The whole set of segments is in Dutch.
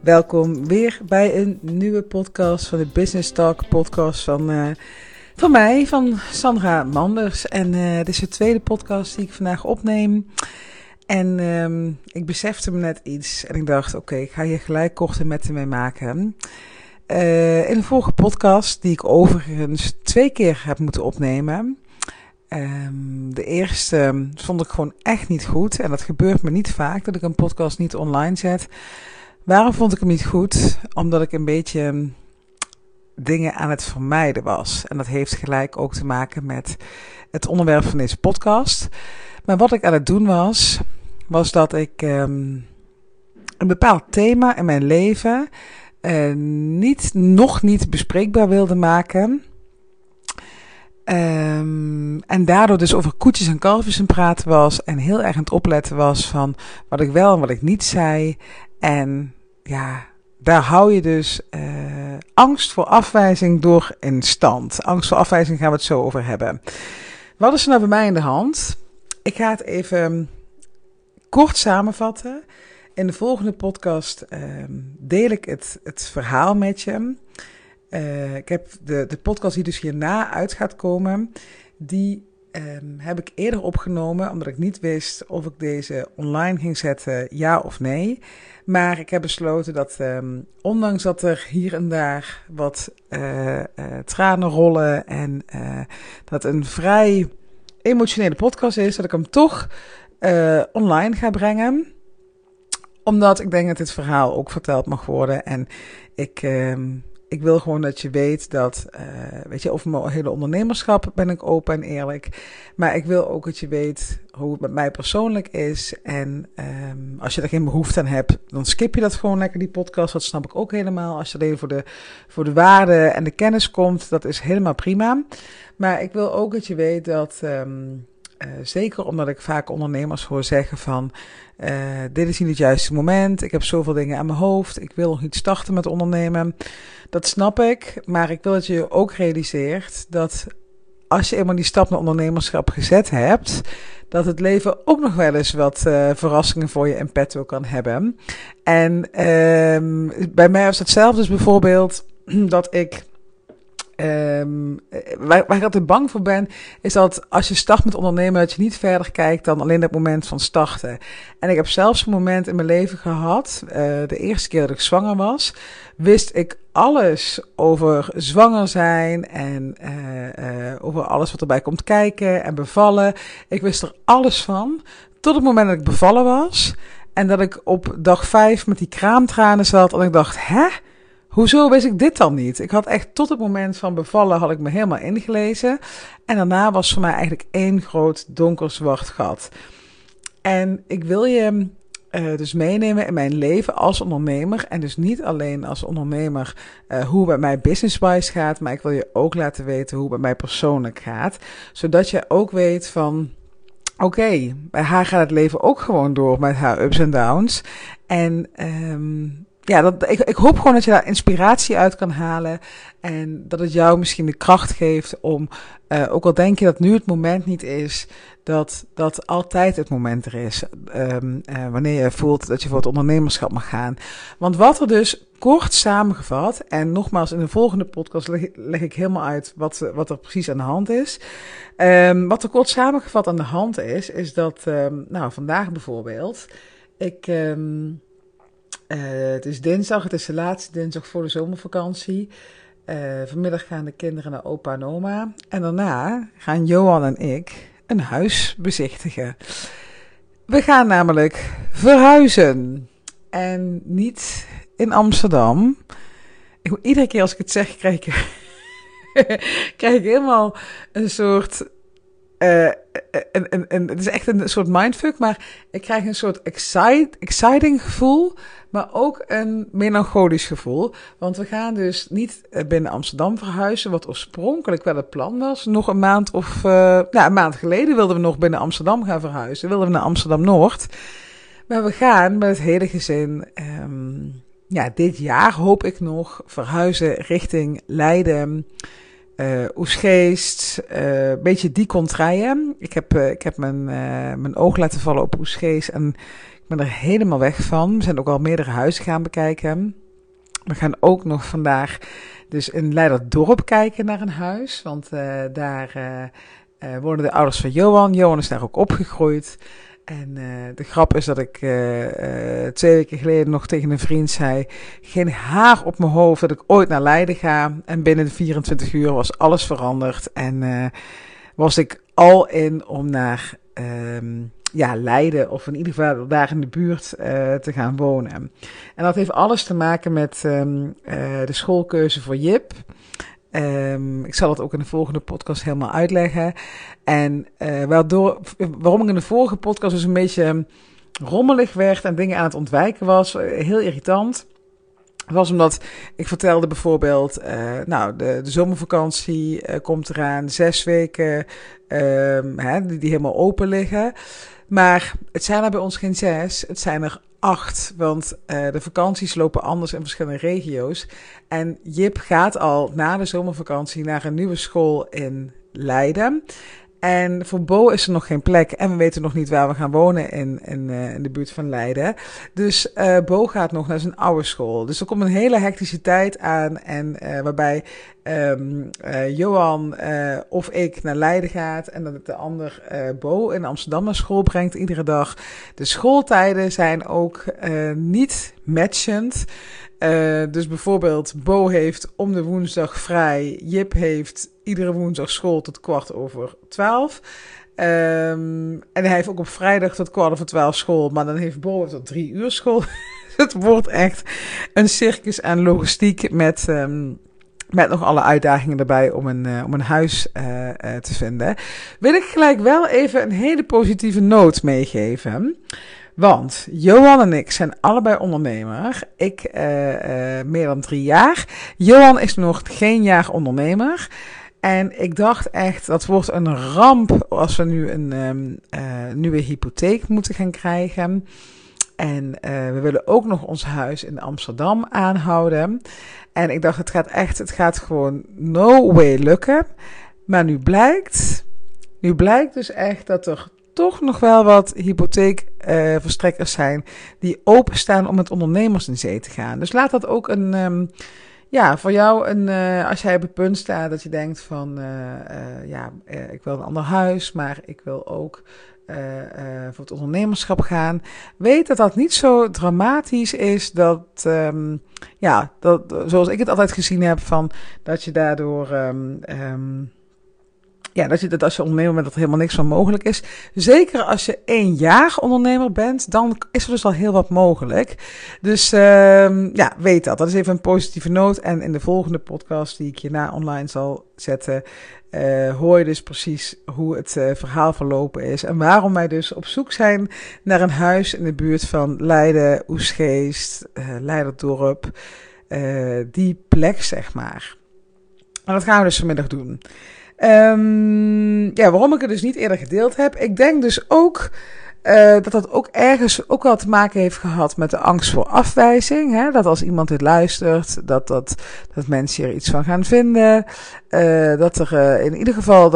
Welkom weer bij een nieuwe podcast van de Business Talk podcast van mij, van Sandra Manders. En dit is de tweede podcast die ik vandaag opneem. En ik besefte me net iets en ik dacht, oké, ik ga hier gelijk korte metten mee maken. In de vorige podcast, die ik overigens 2 keer heb moeten opnemen. De eerste vond ik gewoon echt niet goed. En dat gebeurt me niet vaak, dat ik een podcast niet online zet. Waarom vond ik hem niet goed? Omdat ik een beetje dingen aan het vermijden was. En dat heeft gelijk ook te maken met het onderwerp van deze podcast. Maar wat ik aan het doen was dat ik een bepaald thema in mijn leven nog niet bespreekbaar wilde maken. En daardoor dus over koetjes en kalfjes aan het praten was. En heel erg aan het opletten was van wat ik wel en wat ik niet zei. En ja, daar hou je dus angst voor afwijzing door in stand. Angst voor afwijzing gaan we het zo over hebben. Wat is er nou bij mij in de hand? Ik ga het even kort samenvatten. In de volgende podcast deel ik het verhaal met je. Ik heb de podcast die dus hierna uit gaat komen, die heb ik eerder opgenomen, omdat ik niet wist of ik deze online ging zetten, ja of nee. Maar ik heb besloten dat, ondanks dat er hier en daar wat tranen rollen en dat het een vrij emotionele podcast is, dat ik hem toch online ga brengen. Omdat ik denk dat dit verhaal ook verteld mag worden. En ik wil gewoon dat je weet dat, over mijn hele ondernemerschap ben ik open en eerlijk. Maar ik wil ook dat je weet hoe het met mij persoonlijk is. En als je er geen behoefte aan hebt, dan skip je dat gewoon lekker, die podcast. Dat snap ik ook helemaal. Als je alleen voor de waarde en de kennis komt, dat is helemaal prima. Maar ik wil ook dat je weet dat, zeker omdat ik vaak ondernemers hoor zeggen van, dit is niet het juiste moment, ik heb zoveel dingen aan mijn hoofd, ik wil nog niet starten met ondernemen. Dat snap ik, maar ik wil dat je ook realiseert dat als je eenmaal die stap naar ondernemerschap gezet hebt, dat het leven ook nog wel eens wat verrassingen voor je in petto kan hebben. En bij mij was het zelf dus bijvoorbeeld dat ik, waar ik altijd bang voor ben, is dat als je start met ondernemen, dat je niet verder kijkt dan alleen dat moment van starten. En ik heb zelfs een moment in mijn leven gehad, de eerste keer dat ik zwanger was, wist ik alles over zwanger zijn en over alles wat erbij komt kijken en bevallen. Ik wist er alles van, tot het moment dat ik bevallen was en dat ik op dag 5 met die kraamtranen zat en ik dacht, hè? Hoezo wist ik dit dan niet? Ik had echt tot het moment van bevallen had ik me helemaal ingelezen. En daarna was voor mij eigenlijk 1 groot donkerzwart gat. En ik wil je dus meenemen in mijn leven als ondernemer. En dus niet alleen als ondernemer hoe het bij mij business-wise gaat. Maar ik wil je ook laten weten hoe het bij mij persoonlijk gaat. Zodat je ook weet van, oké, bij haar gaat het leven ook gewoon door met haar ups en downs. En ik hoop gewoon dat je daar inspiratie uit kan halen. En dat het jou misschien de kracht geeft om, ook al denk je dat nu het moment niet is, dat altijd het moment er is. Wanneer je voelt dat je voor het ondernemerschap mag gaan. Want wat er dus kort samengevat, en nogmaals in de volgende podcast leg ik helemaal uit wat er precies aan de hand is. Wat er kort samengevat aan de hand is dat, vandaag bijvoorbeeld, het is dinsdag, het is de laatste dinsdag voor de zomervakantie. Vanmiddag gaan de kinderen naar opa en oma. En daarna gaan Johan en ik een huis bezichtigen. We gaan namelijk verhuizen. En niet in Amsterdam. Iedere keer als ik het zeg, krijg ik helemaal een soort het is echt een soort mindfuck, maar ik krijg een soort exciting gevoel, maar ook een melancholisch gevoel. Want we gaan dus niet binnen Amsterdam verhuizen, wat oorspronkelijk wel het plan was. Nog een maand een maand geleden wilden we nog binnen Amsterdam gaan verhuizen. Wilden we naar Amsterdam-Noord. Maar we gaan met het hele gezin, dit jaar hoop ik nog, verhuizen richting Leiden, Oegstgeest, een beetje die contraien. Ik heb mijn oog laten vallen op Oegstgeest en ik Ik ben er helemaal weg van. We zijn ook al meerdere huizen gaan bekijken. We gaan ook nog vandaag dus in Leiderdorp kijken naar een huis. Want daar wonen de ouders van Johan. Johan is daar ook opgegroeid. En de grap is dat ik 2 weken geleden nog tegen een vriend zei: geen haar op mijn hoofd dat ik ooit naar Leiden ga. En binnen 24 uur was alles veranderd. En was ik al in om naar Leiden, of in ieder geval daar in de buurt te gaan wonen. En dat heeft alles te maken met de schoolkeuze voor Jip. Ik zal het ook in de volgende podcast helemaal uitleggen. En waarom ik in de vorige podcast dus een beetje rommelig werd en dingen aan het ontwijken was, heel irritant, was omdat ik vertelde bijvoorbeeld, de zomervakantie komt eraan, 6 weken die helemaal open liggen. Maar het zijn er bij ons geen 6, het zijn er 8, want de vakanties lopen anders in verschillende regio's. En Jip gaat al na de zomervakantie naar een nieuwe school in Leiden. En voor Bo is er nog geen plek en we weten nog niet waar we gaan wonen in de buurt van Leiden. Dus Bo gaat nog naar zijn oude school. Dus er komt een hele hectische tijd aan en waarbij Johan of ik naar Leiden gaat en dat de ander Bo in Amsterdam naar school brengt iedere dag. De schooltijden zijn ook niet matchend. Dus bijvoorbeeld Bo heeft om de woensdag vrij. Jip heeft iedere woensdag school tot 11:15. En hij heeft ook op vrijdag tot 11:15 school. Maar dan heeft Bo tot 3 uur school. Het wordt echt een circus aan logistiek met nog alle uitdagingen erbij om een huis te vinden. Wil ik gelijk wel even een hele positieve noot meegeven. Want Johan en ik zijn allebei ondernemer. Ik meer dan 3 jaar. Johan is nog geen jaar ondernemer. En ik dacht echt, dat wordt een ramp als we nu een nieuwe hypotheek moeten gaan krijgen. En we willen ook nog ons huis in Amsterdam aanhouden. En ik dacht, het gaat gewoon no way lukken. Maar nu blijkt dus echt dat er toch nog wel wat hypotheekverstrekkers zijn die openstaan om met ondernemers in zee te gaan. Dus laat dat ook voor jou als jij op het punt staat dat je denkt van, ik wil een ander huis, maar ik wil ook voor het ondernemerschap gaan. Weet dat dat niet zo dramatisch is dat zoals ik het altijd gezien heb, van dat je daardoor dat als je ondernemer bent, dat er helemaal niks van mogelijk is. Zeker als je 1 jaar ondernemer bent, dan is er dus al heel wat mogelijk. Dus weet dat. Dat is even een positieve noot. En in de volgende podcast die ik hierna online zal zetten, hoor je dus precies hoe het verhaal verlopen is. En waarom wij dus op zoek zijn naar een huis in de buurt van Leiden, Oegstgeest, Leiderdorp. Die plek, zeg maar. En dat gaan we dus vanmiddag doen. Waarom ik het dus niet eerder gedeeld heb. Ik denk dus ook dat ook ergens ook wel te maken heeft gehad met de angst voor afwijzing. Hè? Dat als iemand dit luistert, dat mensen hier iets van gaan vinden. Dat er in ieder geval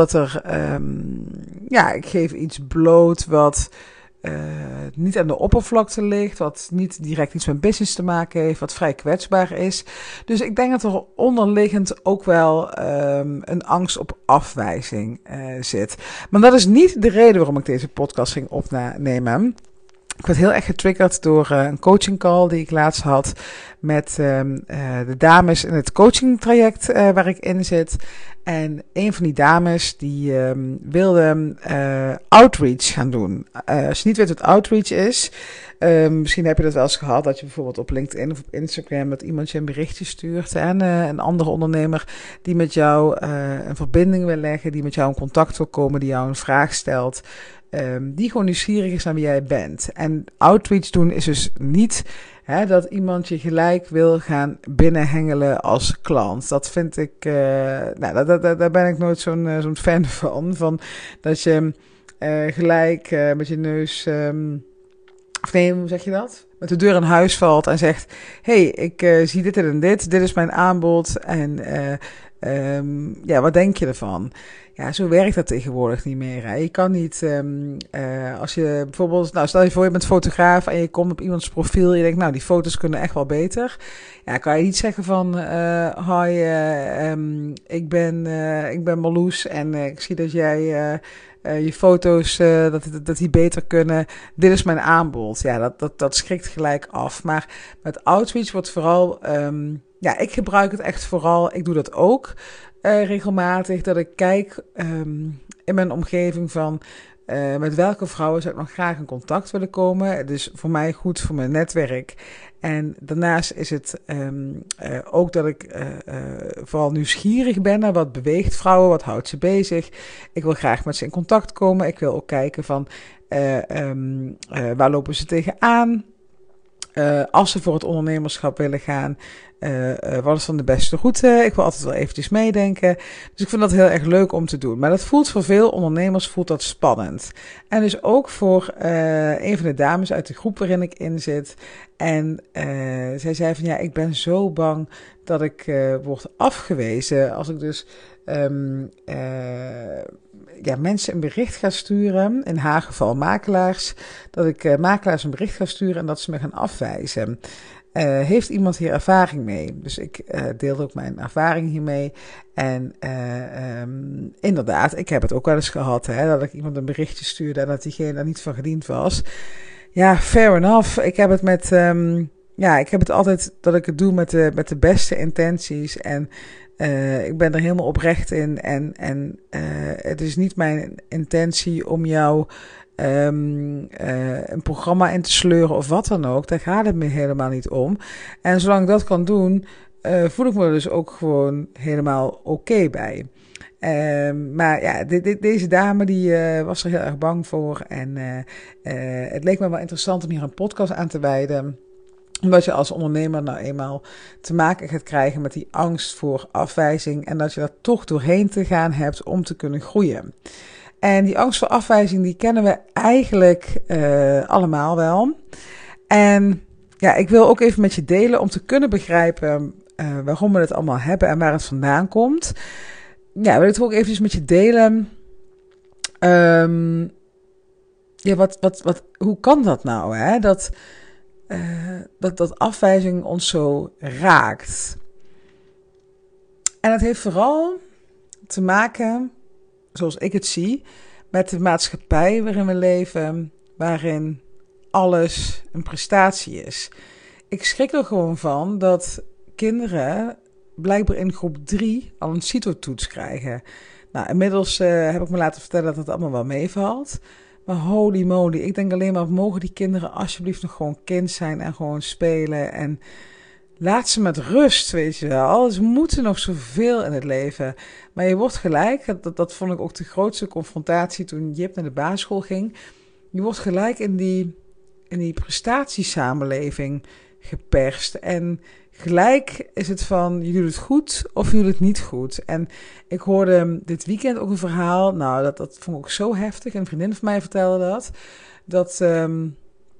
ik geef iets bloot wat niet aan de oppervlakte ligt, wat niet direct iets met business te maken heeft, wat vrij kwetsbaar is. Dus ik denk dat er onderliggend ook wel een angst op afwijzing zit. Maar dat is niet de reden waarom ik deze podcast ging opnemen. Ik werd heel erg getriggerd door een coaching call die ik laatst had met de dames in het coachingtraject waar ik in zit. En een van die dames die wilde outreach gaan doen. Als je niet weet wat outreach is, misschien heb je dat wel eens gehad, dat je bijvoorbeeld op LinkedIn of op Instagram dat iemand je een berichtje stuurt. En een andere ondernemer die met jou een verbinding wil leggen, die met jou in contact wil komen, die jou een vraag stelt. Die gewoon nieuwsgierig is naar wie jij bent. En outreach doen is dus niet dat iemand je gelijk wil gaan binnenhengelen als klant. Dat vind ik, daar ben ik nooit zo'n fan van. Dat je gelijk met je neus, hoe zeg je dat? Met de deur in huis valt en zegt: hey, ik zie dit en dit is mijn aanbod en Ja, wat denk je ervan? Ja, zo werkt dat tegenwoordig niet meer. Hè? Je kan niet, als je bijvoorbeeld, nou stel je voor je bent fotograaf en je komt op iemands profiel en je denkt, nou die foto's kunnen echt wel beter. Ja, kan je niet zeggen van, hoi, ik ben Marloes en ik zie dat jij je foto's, dat die beter kunnen. Dit is mijn aanbod. Ja, dat schrikt gelijk af. Maar met outreach wordt vooral, ja, ik gebruik het echt vooral, ik doe dat ook regelmatig, dat ik kijk in mijn omgeving van met welke vrouwen zou ik nog graag in contact willen komen. Het is voor mij goed voor mijn netwerk. En daarnaast is het ook dat ik vooral nieuwsgierig ben naar wat beweegt vrouwen, wat houdt ze bezig. Ik wil graag met ze in contact komen. Ik wil ook kijken van waar lopen ze tegenaan. Als ze voor het ondernemerschap willen gaan, wat is dan de beste route? Ik wil altijd wel eventjes meedenken. Dus ik vind dat heel erg leuk om te doen. Maar dat voelt voor veel ondernemers voelt dat spannend. En dus ook voor een van de dames uit de groep waarin ik in zit. En zij zei van ja, ik ben zo bang dat ik word afgewezen als ik dus ja, mensen een bericht ga sturen, in haar geval makelaars, dat ik makelaars een bericht ga sturen en dat ze me gaan afwijzen. Heeft iemand hier ervaring mee? Dus ik deelde ook mijn ervaring hiermee. En inderdaad, ik heb het ook wel eens gehad, hè, dat ik iemand een berichtje stuurde en dat diegene daar niet van gediend was. Ja, fair enough. Ik heb het met, ja, ik heb het altijd dat ik het doe met de beste intenties en ik ben er helemaal oprecht in en het is niet mijn intentie om jou een programma in te sleuren of wat dan ook. Daar gaat het me helemaal niet om. En zolang ik dat kan doen, voel ik me er dus ook gewoon helemaal oké bij. Maar ja, deze dame die was er heel erg bang voor en het leek me wel interessant om hier een podcast aan te wijden. Omdat je als ondernemer nou eenmaal te maken gaat krijgen met die angst voor afwijzing. En dat je daar toch doorheen te gaan hebt om te kunnen groeien. En die angst voor afwijzing, die kennen we eigenlijk allemaal wel. En ja, ik wil ook even met je delen om te kunnen begrijpen waarom we het allemaal hebben en waar het vandaan komt. Ja, wil ik het ook eventjes met je delen. Ja, hoe kan dat nou, hè? Dat afwijzing ons zo raakt. En het heeft vooral te maken, zoals ik het zie, met de maatschappij waarin we leven, waarin alles een prestatie is. Ik schrik er gewoon van dat kinderen blijkbaar in groep 3 al een CITO-toets krijgen. Nou, inmiddels heb ik me laten vertellen dat het allemaal wel meevalt. Maar holy moly, ik denk alleen maar, mogen die kinderen alsjeblieft nog gewoon kind zijn en gewoon spelen. En laat ze met rust, weet je wel. Ze moeten nog zoveel in het leven. Maar je wordt gelijk, dat vond ik ook de grootste confrontatie toen Jip naar de basisschool ging. Je wordt gelijk in die prestatiesamenleving geperst. En gelijk is het van, je doet het goed of je doet het niet goed. En ik hoorde dit weekend ook een verhaal, nou dat vond ik ook zo heftig. Een vriendin van mij vertelde dat een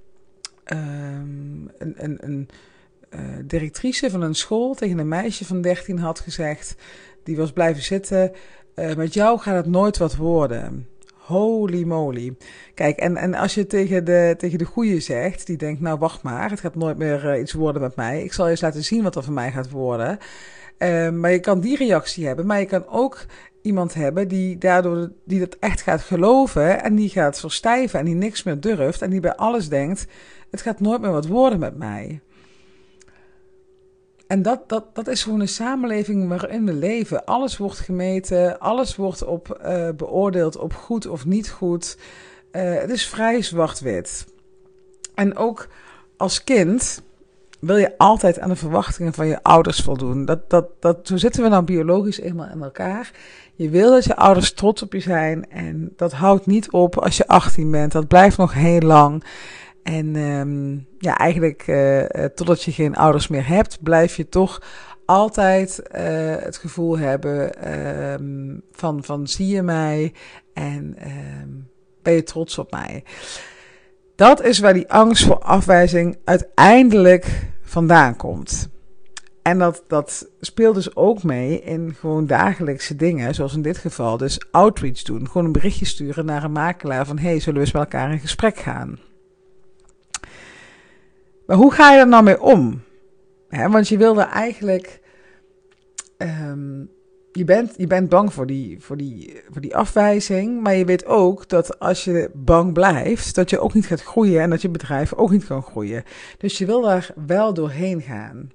directrice van een school tegen een meisje van 13 had gezegd, die was blijven zitten, met jou gaat het nooit wat worden. Holy moly. Kijk, en als je tegen de goeie zegt, die denkt, nou wacht maar, het gaat nooit meer iets worden met mij. Ik zal je eens laten zien wat er van mij gaat worden. Maar je kan die reactie hebben, maar je kan ook iemand hebben die dat echt gaat geloven en die gaat verstijven en die niks meer durft en die bij alles denkt, het gaat nooit meer wat worden met mij. En dat is gewoon een samenleving waarin we leven. Alles wordt gemeten, alles wordt beoordeeld op goed of niet goed. Het is vrij zwart-wit. En ook als kind wil je altijd aan de verwachtingen van je ouders voldoen. Zo zitten we nou biologisch eenmaal in elkaar. Je wil dat je ouders trots op je zijn en dat houdt niet op als je 18 bent. Dat blijft nog heel lang. En ja, eigenlijk totdat je geen ouders meer hebt, blijf je toch altijd het gevoel hebben van zie je mij en ben je trots op mij. Dat is waar die angst voor afwijzing uiteindelijk vandaan komt. En dat speelt dus ook mee in gewoon dagelijkse dingen, zoals in dit geval dus outreach doen. Gewoon een berichtje sturen naar een makelaar van, hey, zullen we eens met elkaar in gesprek gaan? Maar hoe ga je er nou mee om? Want je wil er eigenlijk, je bent bang voor die afwijzing, maar je weet ook dat als je bang blijft, dat je ook niet gaat groeien en dat je bedrijf ook niet kan groeien. Dus je wil daar wel doorheen gaan.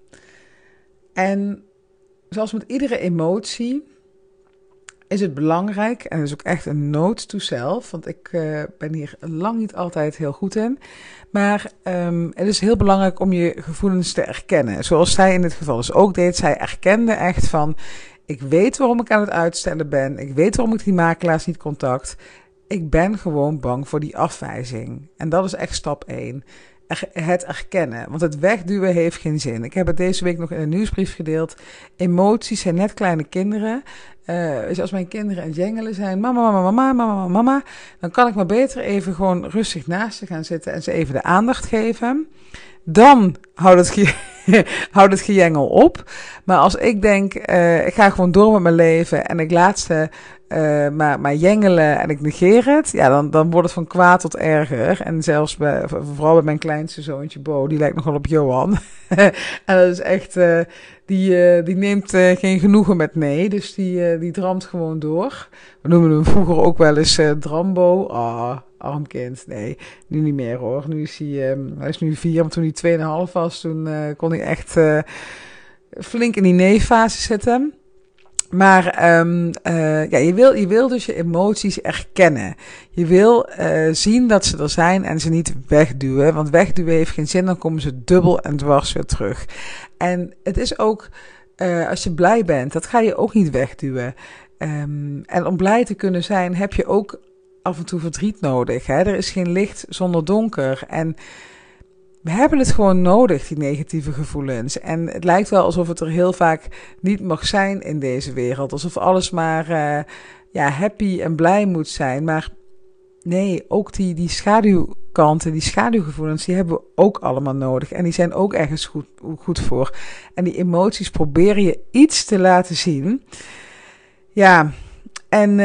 En zoals met iedere emotie is het belangrijk, en dat is ook echt een note to self, want ik ben hier lang niet altijd heel goed in, maar het is heel belangrijk om je gevoelens te erkennen. Zoals zij in dit geval dus ook deed. Zij erkende echt van, ik weet waarom ik aan het uitstellen ben, ik weet waarom ik die makelaars niet contact. Ik ben gewoon bang voor die afwijzing. En dat is echt stap 1. Het erkennen, want het wegduwen heeft geen zin. Ik heb het deze week nog in een nieuwsbrief gedeeld. Emoties zijn net kleine kinderen. Dus als mijn kinderen aan het jengelen zijn, mama, mama, mama, mama, mama, dan kan ik maar beter even gewoon rustig naast ze gaan zitten en ze even de aandacht geven. Dan houdt het gejengel op. Maar als ik denk, ik ga gewoon door met mijn leven en ik laat ze maar jengelen en ik negeer het, ja, dan wordt het van kwaad tot erger. En zelfs vooral bij mijn kleinste zoontje Bo, die lijkt nogal op Johan. En dat is echt, die neemt geen genoegen met nee, dus die dramt gewoon door. We noemen hem vroeger ook wel eens Drambo. Arm kind. Nee, nu niet meer hoor. Nu is hij is nu 4, maar toen hij 2,5 was, toen kon hij echt flink in die nee-fase zitten. Maar je wil dus je emoties erkennen. Je wil zien dat ze er zijn en ze niet wegduwen. Want wegduwen heeft geen zin, dan komen ze dubbel en dwars weer terug. En het is ook, als je blij bent, dat ga je ook niet wegduwen. En om blij te kunnen zijn, heb je ook af en toe verdriet nodig. Hè? Er is geen licht zonder donker. En we hebben het gewoon nodig, die negatieve gevoelens. En het lijkt wel alsof het er heel vaak niet mag zijn in deze wereld. Alsof alles maar happy en blij moet zijn. Maar nee, ook die schaduwkanten, die schaduwgevoelens, die hebben we ook allemaal nodig. En die zijn ook ergens goed voor. En die emoties proberen je iets te laten zien. Ja, en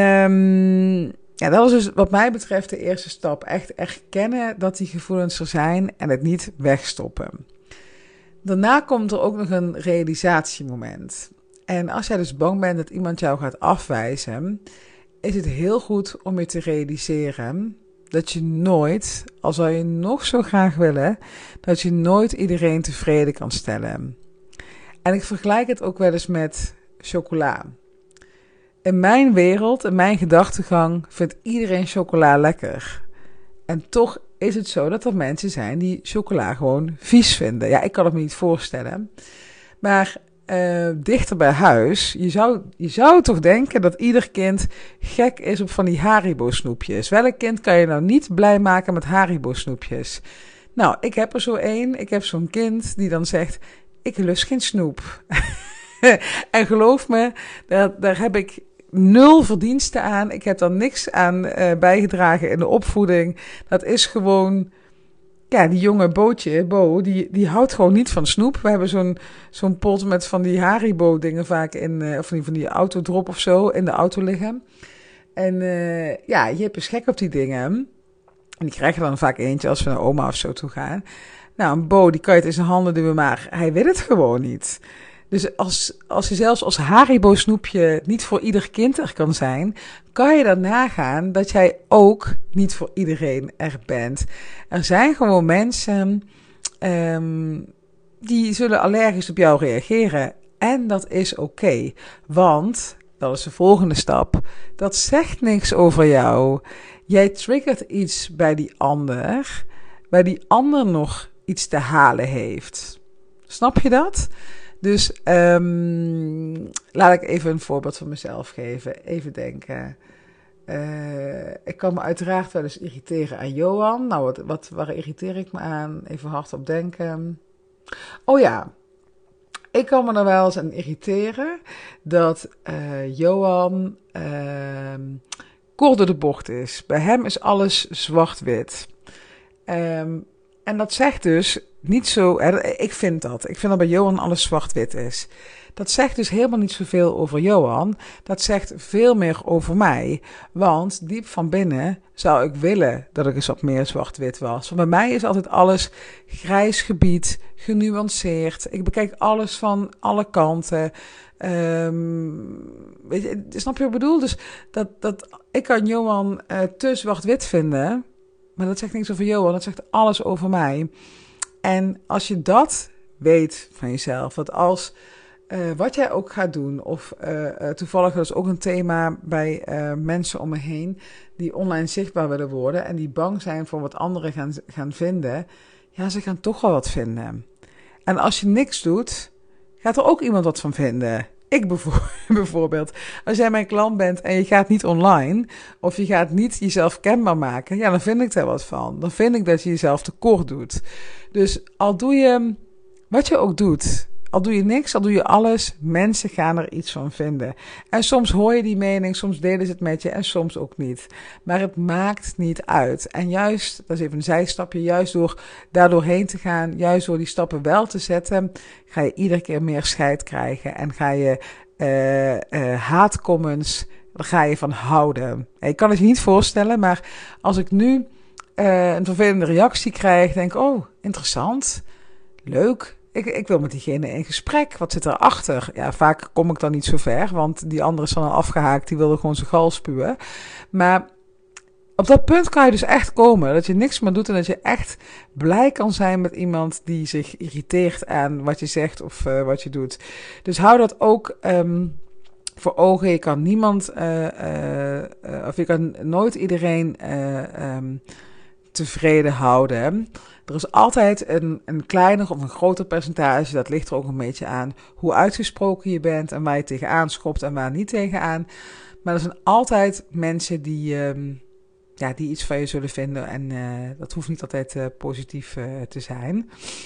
dat is dus wat mij betreft de eerste stap. Echt erkennen dat die gevoelens er zijn en het niet wegstoppen. Daarna komt er ook nog een realisatiemoment. En als jij dus bang bent dat iemand jou gaat afwijzen, is het heel goed om je te realiseren dat je nooit, al zou je nog zo graag willen, dat je nooit iedereen tevreden kan stellen. En ik vergelijk het ook wel eens met chocola. In mijn wereld, in mijn gedachtegang, vindt iedereen chocola lekker. En toch is het zo dat er mensen zijn die chocola gewoon vies vinden. Ja, ik kan het me niet voorstellen. Maar dichter bij huis, je zou toch denken dat ieder kind gek is op van die Haribo snoepjes. Welk kind kan je nou niet blij maken met Haribo snoepjes? Nou, ik heb er zo één. Ik heb zo'n kind die dan zegt, ik lust geen snoep. En geloof me, daar heb ik 0 verdiensten aan. Ik heb daar niks aan bijgedragen in de opvoeding. Dat is gewoon, ja, die jonge Bo, die houdt gewoon niet van snoep. We hebben zo'n pot met van die Haribo dingen vaak of van die autodrop of zo in de auto liggen. En je is gek op die dingen. En die krijgen dan vaak eentje als we naar oma of zo toe gaan. Nou, een Bo, die kan je het in zijn handen duwen, maar hij wil het gewoon niet. Dus als je zelfs als Haribo snoepje niet voor ieder kind er kan zijn, kan je dan nagaan dat jij ook niet voor iedereen er bent. Er zijn gewoon mensen die zullen allergisch op jou reageren. En dat is oké, want, dat is de volgende stap, dat zegt niks over jou. Jij triggert iets bij die ander, waar die ander nog iets te halen heeft. Snap je dat? Dus laat ik even een voorbeeld van mezelf geven. Even denken. Ik kan me uiteraard wel eens irriteren aan Johan. Nou, waar irriteer ik me aan? Even hardop denken. Oh ja, ik kan me er wel eens aan irriteren dat Johan kort door de bocht is. Bij hem is alles zwart-wit. En dat zegt dus niet zo... Ik vind dat. Ik vind dat bij Johan alles zwart-wit is. Dat zegt dus helemaal niet zoveel over Johan. Dat zegt veel meer over mij. Want diep van binnen zou ik willen dat ik eens wat meer zwart-wit was. Want bij mij is altijd alles grijs gebied, genuanceerd. Ik bekijk alles van alle kanten. Weet je, snap je wat ik bedoel? Dus ik kan Johan te zwart-wit vinden... Maar dat zegt niks over Johan, dat zegt alles over mij. En als je dat weet van jezelf, dat als wat jij ook gaat doen, of toevallig dat is ook een thema bij mensen om me heen die online zichtbaar willen worden en die bang zijn voor wat anderen gaan vinden, ja, ze gaan toch wel wat vinden. En als je niks doet, gaat er ook iemand wat van vinden. Ik bijvoorbeeld, als jij mijn klant bent en je gaat niet online of je gaat niet jezelf kenbaar maken, ja, dan vind ik daar wat van. Dan vind ik dat je jezelf tekort doet. Dus al doe je wat je ook doet, al doe je niks, al doe je alles, mensen gaan er iets van vinden. En soms hoor je die mening, soms delen ze het met je en soms ook niet. Maar het maakt niet uit. En juist, dat is even een zijstapje, juist door daardoor heen te gaan, juist door die stappen wel te zetten, ga je iedere keer meer scheid krijgen en ga je haatcomments, daar ga je van houden. Ik kan het je niet voorstellen, maar als ik nu een vervelende reactie krijg, denk ik, oh, interessant, leuk. Ik wil met diegene in gesprek. Wat zit erachter? Ja, vaak kom ik dan niet zo ver, want die andere is dan al afgehaakt. Die wilde gewoon zijn gal spuwen. Maar op dat punt kan je dus echt komen. Dat je niks meer doet en dat je echt blij kan zijn met iemand die zich irriteert aan wat je zegt of wat je doet. Dus hou dat ook voor ogen. Je kan niemand, of je kan nooit iedereen tevreden houden. Er is altijd een kleiner of een groter percentage, dat ligt er ook een beetje aan hoe uitgesproken je bent en waar je tegenaan schopt en waar niet tegenaan. Maar er zijn altijd mensen die iets van je zullen vinden en dat hoeft niet altijd positief te zijn.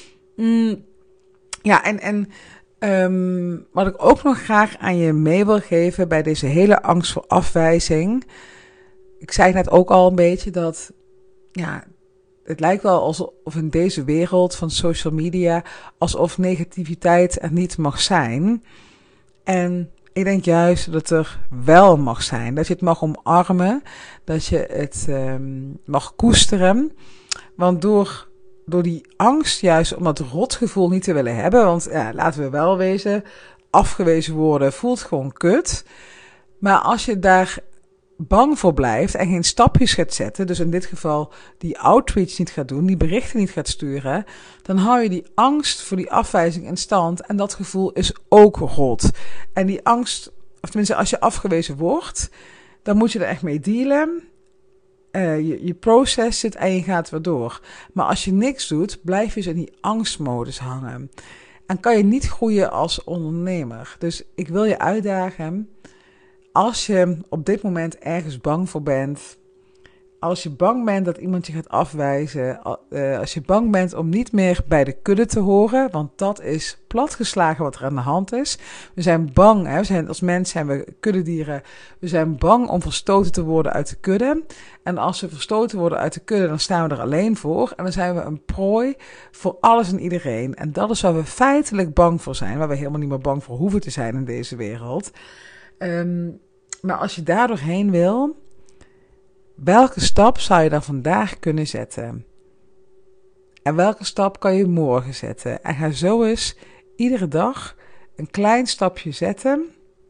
Wat ik ook nog graag aan je mee wil geven bij deze hele angst voor afwijzing. Ik zei net ook al een beetje dat, ja, het lijkt wel alsof in deze wereld van social media, alsof negativiteit er niet mag zijn. En ik denk juist dat het er wel mag zijn. Dat je het mag omarmen, dat je het mag koesteren. Want door die angst juist om dat rotgevoel niet te willen hebben, want ja, laten we wel wezen, afgewezen worden voelt gewoon kut. Maar als je daar bang voor blijft en geen stapjes gaat zetten, dus in dit geval die outreach niet gaat doen, die berichten niet gaat sturen, dan hou je die angst voor die afwijzing in stand en dat gevoel is ook rot. En die angst, of tenminste als je afgewezen wordt, dan moet je er echt mee dealen. Je proces zit en je gaat weer door. Maar als je niks doet, blijf je dus in die angstmodus hangen. En kan je niet groeien als ondernemer. Dus ik wil je uitdagen, als je op dit moment ergens bang voor bent, als je bang bent dat iemand je gaat afwijzen, als je bang bent om niet meer bij de kudde te horen, want dat is platgeslagen wat er aan de hand is. We zijn bang, als mens zijn we kuddedieren, we zijn bang om verstoten te worden uit de kudde. En als we verstoten worden uit de kudde, dan staan we er alleen voor en dan zijn we een prooi voor alles en iedereen. En dat is waar we feitelijk bang voor zijn, waar we helemaal niet meer bang voor hoeven te zijn in deze wereld. Maar als je daar doorheen wil, welke stap zou je dan vandaag kunnen zetten? En welke stap kan je morgen zetten? En ga zo eens iedere dag een klein stapje zetten.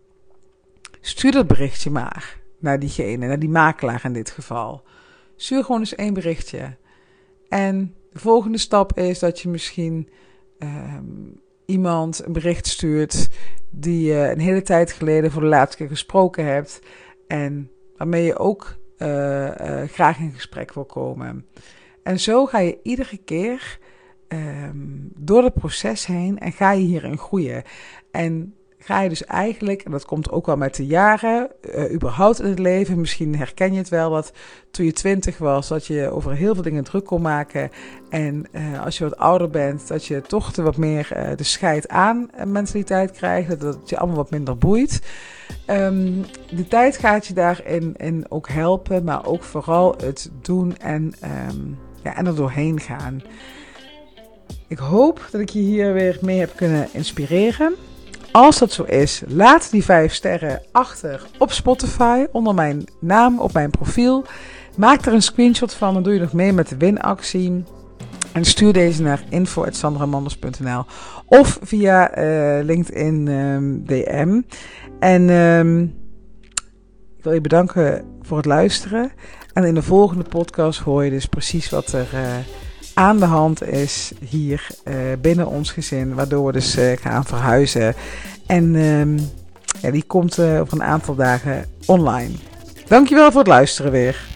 Stuur dat berichtje maar naar diegene, naar die makelaar in dit geval. Stuur gewoon eens 1 berichtje. En de volgende stap is dat je misschien iemand een bericht stuurt die je een hele tijd geleden voor de laatste keer gesproken hebt en waarmee je ook graag in gesprek wil komen. En zo ga je iedere keer door het proces heen en ga je hierin groeien. En ga je dus eigenlijk, en dat komt ook wel met de jaren, überhaupt in het leven, misschien herken je het wel, dat toen je 20 was, dat je over heel veel dingen druk kon maken. En als je wat ouder bent, dat je toch wat meer de scheid aan mentaliteit krijgt, dat het je allemaal wat minder boeit. De tijd gaat je daarin ook helpen, maar ook vooral het doen en en er doorheen gaan. Ik hoop dat ik je hier weer mee heb kunnen inspireren. Als dat zo is, laat die 5 sterren achter op Spotify onder mijn naam op mijn profiel. Maak er een screenshot van, dan doe je nog mee met de winactie. En stuur deze naar info@sandramanders.nl of via LinkedIn DM. En ik wil je bedanken voor het luisteren. En in de volgende podcast hoor je dus precies wat er aan de hand is hier binnen ons gezin. Waardoor we dus gaan verhuizen. En die komt over een aantal dagen online. Dankjewel voor het luisteren weer.